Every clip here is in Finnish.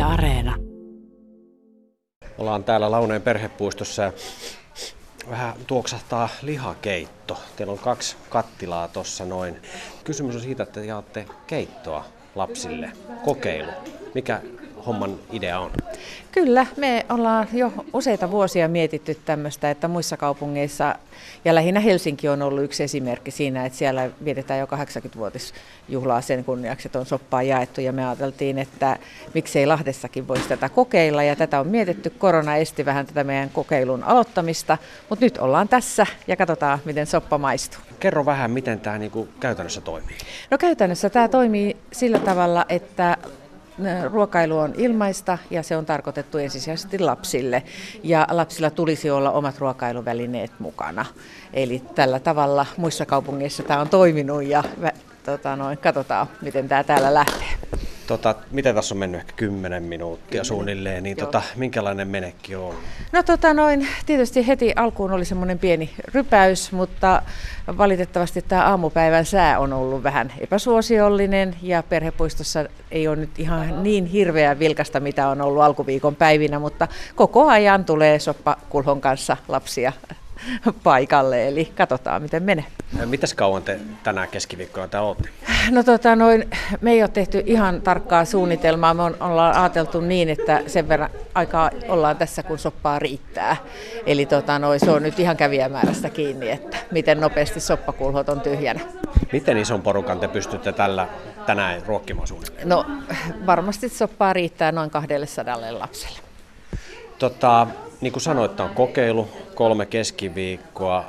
Areena. Ollaan täällä Launeen perhepuistossa ja vähän tuoksahtaa lihakeitto. Teillä on 2 kattilaa tuossa noin. Kysymys on siitä, että jaatte keittoa lapsille. Kokeilu. Mikä homman idea on? Kyllä, me ollaan jo useita vuosia mietitty tämmöistä, että muissa kaupungeissa, ja lähinnä Helsinki on ollut yksi esimerkki siinä, että siellä vietetään jo 80-vuotisjuhlaa sen kunniaksi, että on soppaa jaettu, ja me ajateltiin, että miksei Lahdessakin voisi tätä kokeilla, ja tätä on mietitty. Korona esti vähän tätä meidän kokeilun aloittamista, mutta nyt ollaan tässä ja katsotaan, miten soppa maistuu. Kerro vähän, miten tämä käytännössä toimii. No käytännössä tämä toimii sillä tavalla, että ruokailu on ilmaista ja se on tarkoitettu ensisijaisesti lapsille ja lapsilla tulisi olla omat ruokailuvälineet mukana. Eli tällä tavalla muissa kaupungeissa tämä on toiminut ja katsotaan, miten tämä täällä lähtee. Miten tässä on mennyt ehkä 10 minuuttia suunnilleen, niin minkälainen menekki on? No tietysti heti alkuun oli semmoinen pieni rypäys, mutta valitettavasti tämä aamupäivän sää on ollut vähän epäsuosiollinen ja perhepuistossa ei ole nyt ihan niin hirveän vilkasta, mitä on ollut alkuviikon päivinä, mutta koko ajan tulee soppakulhon kanssa lapsia paikalle, eli katsotaan miten menee. Mitäs kauan te tänään keskiviikkona täällä olette? No me ei ole tehty ihan tarkkaa suunnitelmaa, me ollaan ajateltu niin, että sen verran aikaa ollaan tässä, kun soppaa riittää. Eli se on nyt ihan kävijämäärästä kiinni, että miten nopeasti soppakulhot on tyhjänä. Miten ison porukan te pystytte tänään ruokkimaan suunnilleen? No varmasti soppaa riittää noin 200 lapselle. Niin kuin sanoit, tämä on kokeilu, 3 keskiviikkoa.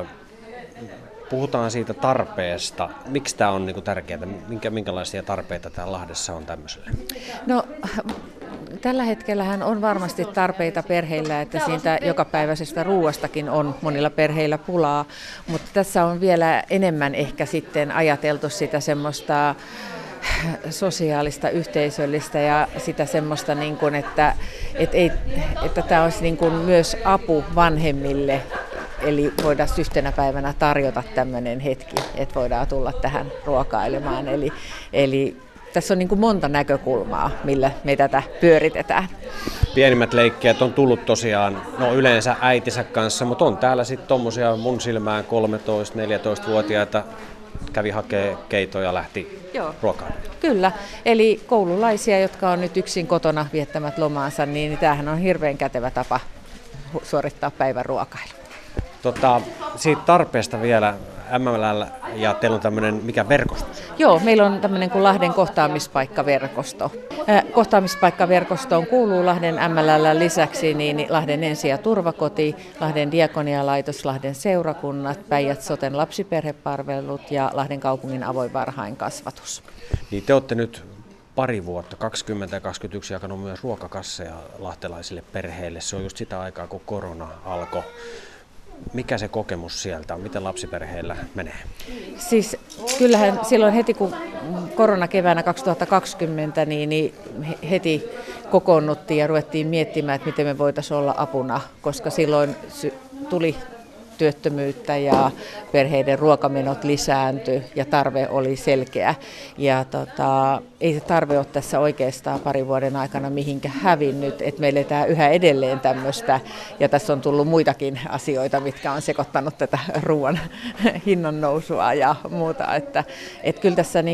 Puhutaan siitä tarpeesta. Miksi tämä on tärkeää? Minkälaisia tarpeita täällä Lahdessa on tämmöiselle? No tällä hetkellähän on varmasti tarpeita perheillä, että siitä jokapäiväisestä ruuastakin on monilla perheillä pulaa, mutta tässä on vielä enemmän ehkä sitten ajateltu sitä semmoista sosiaalista, yhteisöllistä ja sitä semmoista, että tämä olisi myös apu vanhemmille, eli voidaan yhtenä päivänä tarjota tämmöinen hetki, että voidaan tulla tähän ruokailemaan. Eli tässä on monta näkökulmaa, millä me tätä pyöritetään. Pienimmät leikkiät on tullut tosiaan yleensä äitinsä kanssa, mutta on täällä sitten tommosia mun silmään 13-14-vuotiaita kävi hakee keitoja ja lähti ruokaan. Kyllä, eli koululaisia, jotka on nyt yksin kotona viettämät lomaansa, niin tämähän on hirveän kätevä tapa suorittaa päivän ruokailu. Siitä tarpeesta vielä MLL ja teillä on tämmöinen verkosto? Joo, meillä on tämmöinen kuin Lahden kohtaamispaikkaverkosto. Kohtaamispaikkaverkostoon kuuluu Lahden MLL lisäksi niin Lahden ensi- ja turvakoti, Lahden diakonialaitos, Lahden seurakunnat, Päijät-Soten lapsiperhepalvelut ja Lahden kaupungin avoin varhainkasvatus. Niin te olette nyt pari vuotta, 20 ja 21, jakanut myös ruokakasseja lahtelaisille perheille. Se on just sitä aikaa, kun korona alkoi. Mikä se kokemus sieltä on? Miten lapsiperheillä menee? Siis kyllähän silloin heti kun korona keväänä 2020, niin heti kokoonnuttiin ja ruvettiin miettimään, että miten me voitaisiin olla apuna, koska silloin tuli työttömyyttä ja perheiden ruokamenot lisääntyi ja tarve oli selkeä. Ja ei se tarve ole tässä oikeastaan parin vuoden aikana mihinkään hävinnyt, että meillä eletään yhä edelleen tämmöistä. Ja tässä on tullut muitakin asioita, mitkä on sekoittanut tätä ruoan hinnan nousua ja muuta. Että kyllä tässä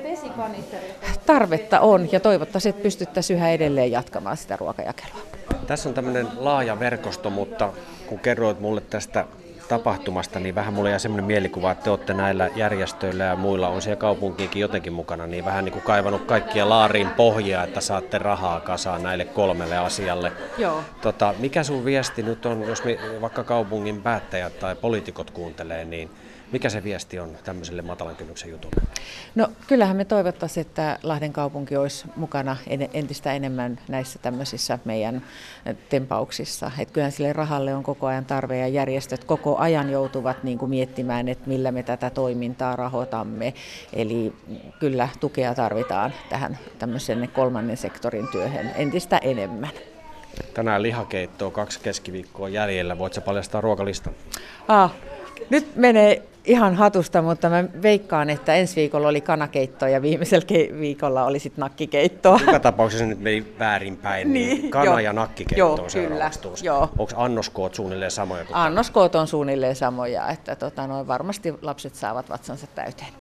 tarvetta on ja toivottavasti pystyttäisiin yhä edelleen jatkamaan sitä ruokajakelua. Tässä on tämmöinen laaja verkosto, mutta kun kerroit mulle tästä tapahtumasta, niin vähän mulle jäi semmoinen mielikuva, että te olette näillä järjestöillä ja muilla on siellä kaupunkiinkin jotenkin mukana, niin vähän kaivannut kaikkia laariin pohjaa, että saatte rahaa kasaan näille 3 asialle. Joo. Mikä sun viesti nyt on, jos vaikka kaupungin päättäjät tai poliitikot kuuntelee, niin mikä se viesti on tämmöiselle matalan kynnyksen jutulle? No kyllähän me toivottaisiin, että Lahden kaupunki olisi mukana entistä enemmän näissä tämmöisissä meidän tempauksissa. Että kyllähän sille rahalle on koko ajan tarve ja järjestöt koko ajan joutuvat miettimään, että millä me tätä toimintaa rahoitamme. Eli kyllä tukea tarvitaan tähän tämmöisen 3. sektorin työhön entistä enemmän. Tänään lihakeittoa 2 keskiviikkoa jäljellä. Voitko paljastaa ruokalistan? Nyt menee ihan hatusta, mutta mä veikkaan, että ensi viikolla oli kanakeitto ja viimeisellä viikolla oli sitten nakkikeittoa. Joka tapauksessa nyt meni väärinpäin, niin kana- ja nakkikeitto on seuraavaksi tulossa. Onko annoskoot suunnilleen samoja? Annoskoot on suunnilleen samoja, että varmasti lapset saavat vatsansa täyteen.